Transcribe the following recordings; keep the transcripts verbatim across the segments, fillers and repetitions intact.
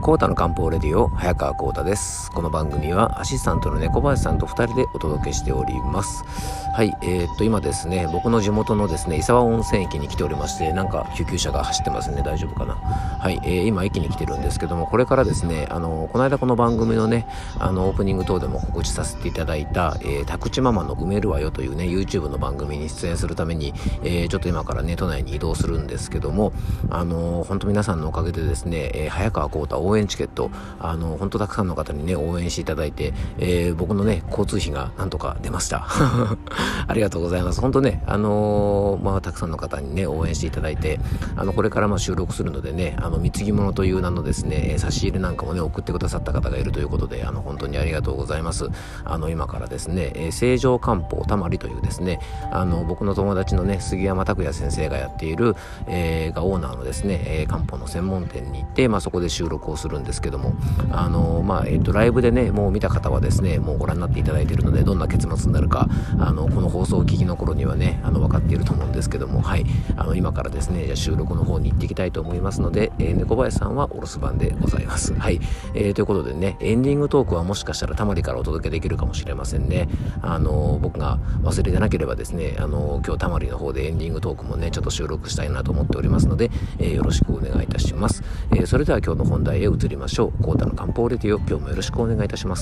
コータの漢方レディオ、早川コータです。この番組はアシスタントの猫林さんとふたりでお届けしております。はい、えー、っと今ですね、僕の地元のですね、伊沢温泉駅に来ておりまして、なんか救急車が走ってますね。大丈夫かな。はい、えー、今駅に来てるんですけども、これからですね、あのこの間この番組のね、あのオープニング等でも告知させていただいた、えー、宅地ママの埋めるわよというね、YouTube の番組に出演するために、えー、ちょっと今からね、都内に移動するんですけども、あの本当皆さんのおかげでですね、えー、早川コータ応援チケット、あの本当たくさんの方にね応援していただいて、えー、僕のね交通費がなんとか出ましたありがとうございます。本当ね、あのー、まあたくさんの方にね応援していただいて、あのこれからまあ収録するのでね、あの貢ぎ物という名のですね差し入れなんかもね送ってくださった方がいるということで、あの本当にありがとうございます。あの今からですね、えー、成城漢方たまりというですね、あの僕の友達のね杉山拓也先生がやっている、えー、がオーナーのですね、えー、漢方の専門店に行って、まあそこで収録をするんですけども、あのまあえっとライブでねもう見た方はですねもうご覧になっていただいているので、どんな結末になるかあのこの放送を聞きの頃にはねあの分かっていると思うんですけども、はい、あの今からですねじゃあ収録の方に行っていきたいと思いますので、えー、猫林さんはお留守番でございます。はい、えー、ということでね、エンディングトークはもしかしたらたまりからお届けできるかもしれませんね。あの僕が忘れてなければですね、あの今日たまりの方でエンディングトークもねちょっと収録したいなと思っておりますので、えー、よろしくお願いいたします。えー、それでは今日の本題へ移りましょう。コータの漢方レディオ、今日もよろしくお願いいたします。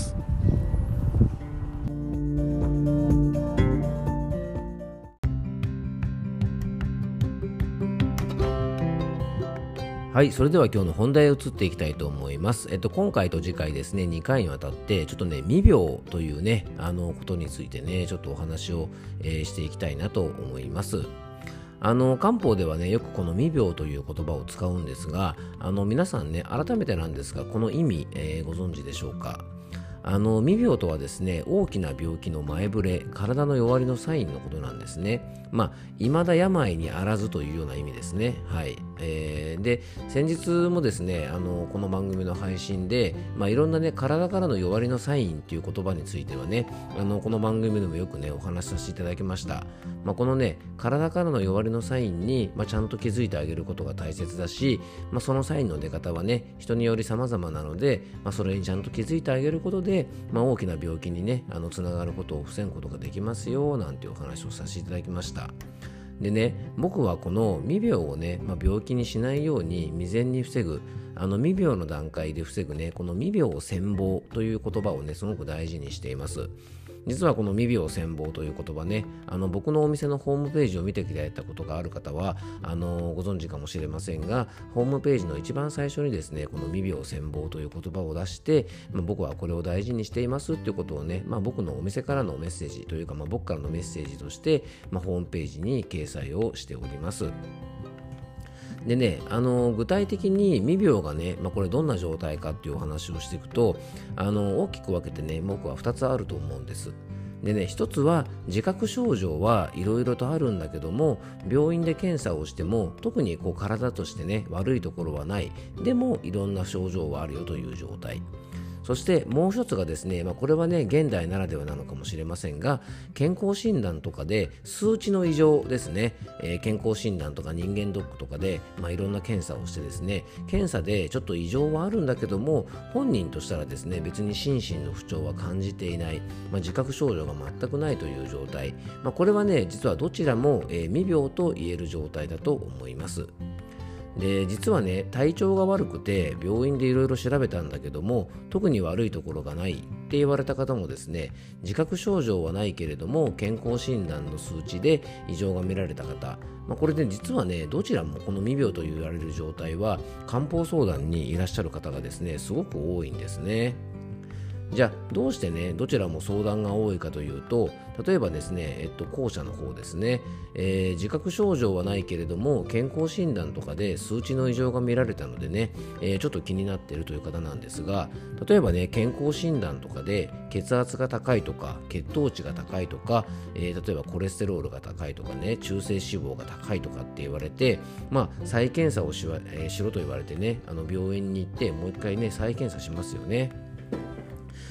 はい、それでは今日の本題へ移っていきたいと思います。えっと、今回と次回ですね、にかいにわたって、ちょっとね、未病というね、あのことについてね、ちょっとお話を、えー、していきたいなと思います。あの漢方ではねよくこの未病という言葉を使うんですが、あの皆さんね改めてなんですが、この意味、えー、ご存知でしょうか。あの未病とはですね、大きな病気の前触れ、体の弱りのサインのことなんですね。まあ未だ病にあらずというような意味ですね。はい、えー、で先日もですね、あのこの番組の配信で、まあ、いろんなね体からの弱りのサインっていう言葉についてはね、あのこの番組でもよくねお話しさせていただきました。まあ、このね体からの弱りのサインに、まあ、ちゃんと気づいてあげることが大切だし、まあ、そのサインの出方はね人により様々なので、まあ、それにちゃんと気づいてあげることで、まあ、大きな病気にねあのつながることを防ぐことができますよなんていうお話をさせていただきました。でね、僕はこの未病をね、まあ、病気にしないように未然に防ぐ、あの未病の段階で防ぐね、この未病専防という言葉をねすごく大事にしています。実はこの未病専防という言葉ね、あの僕のお店のホームページを見ていただいたことがある方はあのご存知かもしれませんが、ホームページの一番最初にですねこの未病専防という言葉を出して、まあ、僕はこれを大事にしていますっていうことをね、まあ、僕のお店からのメッセージというか、まあ、僕からのメッセージとして、まあ、ホームページに掲載をしております。でね、あの具体的に未病がね、まあ、これどんな状態かっていうお話をしていくと、あの大きく分けてね僕はふたつあると思うんです。でね、一つは自覚症状はいろいろとあるんだけども、病院で検査をしても特にこう体としてね悪いところはない、でもいろんな症状はあるよという状態。そしてもう一つがですね、まあ、これはね現代ならではなのかもしれませんが、健康診断とかで数値の異常ですね、えー、健康診断とか人間ドックとかで、まあ、いろんな検査をしてですね、検査でちょっと異常はあるんだけども本人としたらですね別に心身の不調は感じていない、まあ、自覚症状が全くないという状態、まあ、これはね実はどちらも、えー、未病と言える状態だと思います。で実はね体調が悪くて病院でいろいろ調べたんだけども特に悪いところがないって言われた方もですね、自覚症状はないけれども健康診断の数値で異常が見られた方、まあ、これで実はねどちらもこの未病と言われる状態は漢方相談にいらっしゃる方がですねすごく多いんですね。じゃあどうしてねどちらも相談が多いかというと、例えばですね、えっと、後者の方ですね、えー、自覚症状はないけれども健康診断とかで数値の異常が見られたのでね、えー、ちょっと気になっているという方なんですが、例えばね健康診断とかで血圧が高いとか血糖値が高いとか、えー、例えばコレステロールが高いとかね中性脂肪が高いとかって言われて、まあ再検査をしわ、えー、しろと言われてね、あの病院に行ってもう一回ね再検査しますよね。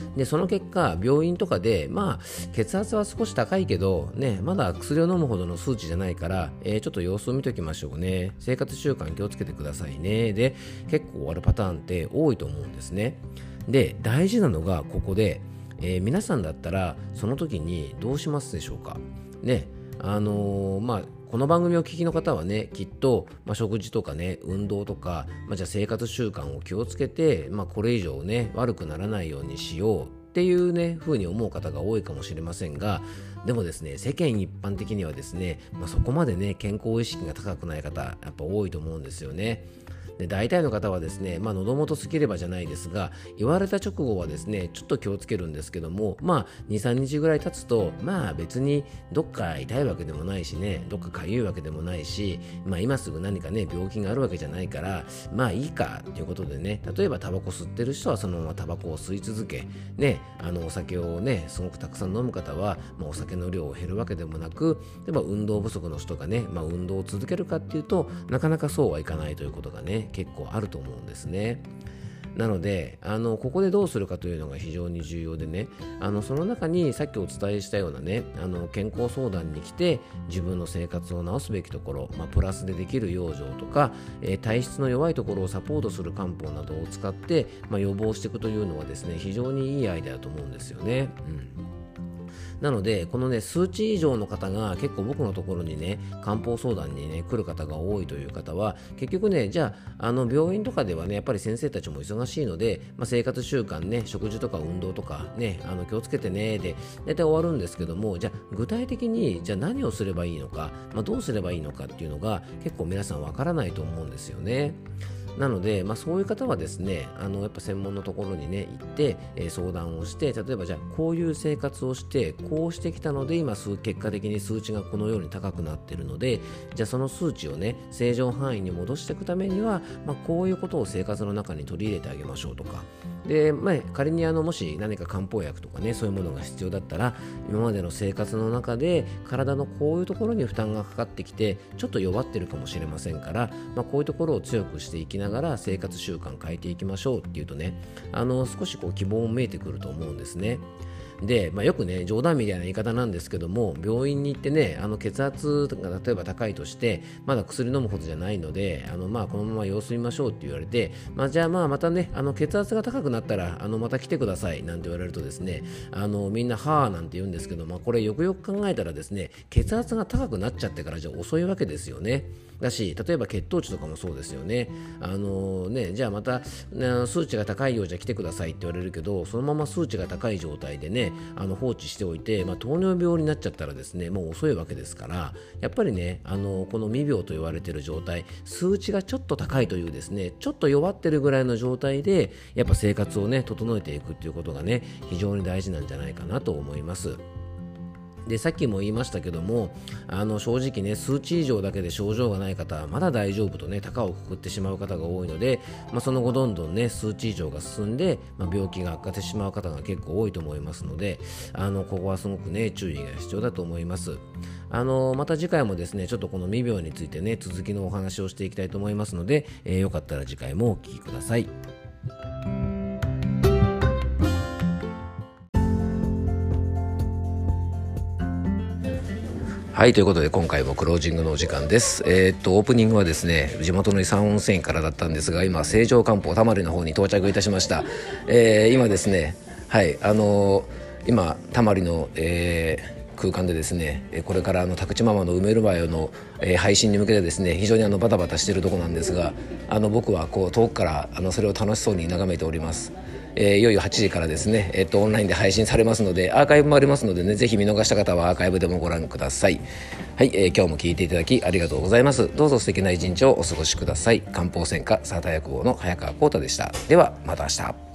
でその結果病院とかでまあ血圧は少し高いけどね、まだ薬を飲むほどの数値じゃないから、えー、ちょっと様子を見ておきましょうね、生活習慣気をつけてくださいねで結構終わるパターンって多いと思うんですね。で大事なのがここで、えー、皆さんだったらその時にどうしますでしょうかね。あのー、まあこの番組をお聞きの方はねきっと、まあ、食事とかね運動とか、まあ、じゃあ生活習慣を気をつけて、まあ、これ以上ね悪くならないようにしようっていうね風に思う方が多いかもしれませんが、でもですね世間一般的にはですね、まあ、そこまでね健康意識が高くない方やっぱ多いと思うんですよね。で大体の方はですね、まあ、喉元過ぎればじゃないですが言われた直後はですねちょっと気をつけるんですけども、まあ にさんにちぐらい経つとまあ別にどっか痛いわけでもないしね、どっかかゆいわけでもないし、まあ今すぐ何かね病気があるわけじゃないからまあいいかということでね、例えばタバコ吸ってる人はそのままタバコを吸い続けね、あのお酒をねすごくたくさん飲む方は、まあ、お酒の量を減るわけでもなく、例えば運動不足の人がね、まあ、運動を続けるかっていうとなかなかそうはいかないということがね結構あると思うんですね。なのであのここでどうするかというのが非常に重要でね、あのその中にさっきお伝えしたようなねあの健康相談に来て自分の生活を直すべきところ、まあ、プラスでできる養生とか、えー、体質の弱いところをサポートする漢方などを使って、まあ、予防していくというのはですね非常にいいアイデアだと思うんですよね。うんなのでこのね数値以上の方が結構僕のところにね漢方相談にね来る方が多いという方は結局ねじゃあ、あの病院とかではねやっぱり先生たちも忙しいので、まあ、生活習慣ね食事とか運動とかねあの気をつけてねで大体終わるんですけども、じゃあ具体的にじゃあ何をすればいいのか、まあ、どうすればいいのかっていうのが結構皆さんわからないと思うんですよね。なので、まあ、そういう方はですねあのやっぱ専門のところにね行って、えー、相談をして、例えばじゃあこういう生活をしてこうしてきたので今数結果的に数値がこのように高くなっているので、じゃあその数値をね正常範囲に戻していくためには、まあ、こういうことを生活の中に取り入れてあげましょうとかで、まあ、仮にあのもし何か漢方薬とかねそういうものが必要だったら今までの生活の中で体のこういうところに負担がかかってきてちょっと弱ってるかもしれませんから、まあ、こういうところを強くしていきながら生活習慣変えていきましょうっていうとねあの少しこう希望も見えてくると思うんですね。で、まあ、よくね冗談みたいな言い方なんですけども、病院に行ってねあの血圧が例えば高いとしてまだ薬飲むことじゃないのであの、まあ、このまま様子見ましょうって言われて、まあ、じゃあまあまたねあの血圧が高くなったらあのまた来てくださいなんて言われるとですねあのみんなはぁなんて言うんですけど、まあ、これよくよく考えたらですね血圧が高くなっちゃってからじゃ遅いわけですよね。だし例えば血糖値とかもそうですよね。あのねじゃあまた数値が高いようじゃ来てくださいって言われるけど、そのまま数値が高い状態でねあの放置しておいて、まあ、糖尿病になっちゃったらですねもう遅いわけですから、やっぱりねあのこの未病と言われている状態、数値がちょっと高いというですねちょっと弱ってるぐらいの状態でやっぱ生活をね整えていくっていうことがね非常に大事なんじゃないかなと思います。でさっきも言いましたけどもあの正直ね数値以上だけで症状がない方はまだ大丈夫とね高をくくってしまう方が多いので、まあ、その後どんどんね数値以上が進んで、まあ、病気が悪化してしまう方が結構多いと思いますので、あのここはすごくね注意が必要だと思います。あのまた次回もですねちょっとこの未病についてね続きのお話をしていきたいと思いますので、えー、よかったら次回もお聞きください。はい、ということで今回もクロージングのお時間です。えー、っとオープニングはですね地元の伊山温泉院からだったんですが、今成城漢方田丸の方に到着いたしました。えー、今ですねはいあのー、今田丸の、えー空間でですねこれからあの宅地ママの埋めるわよの、えー、配信に向けてですね非常にあのバタバタしているところなんですが、あの僕はこう遠くからあのそれを楽しそうに眺めております。えー、いよいよはちじからですね、えー、とオンラインで配信されますのでアーカイブもありますのでねぜひ見逃した方はアーカイブでもご覧ください。はい、えー、今日も聞いていただきありがとうございます。どうぞ素敵な一日をお過ごしください。漢方専科サーター薬房の早川浩太でした。ではまた明日。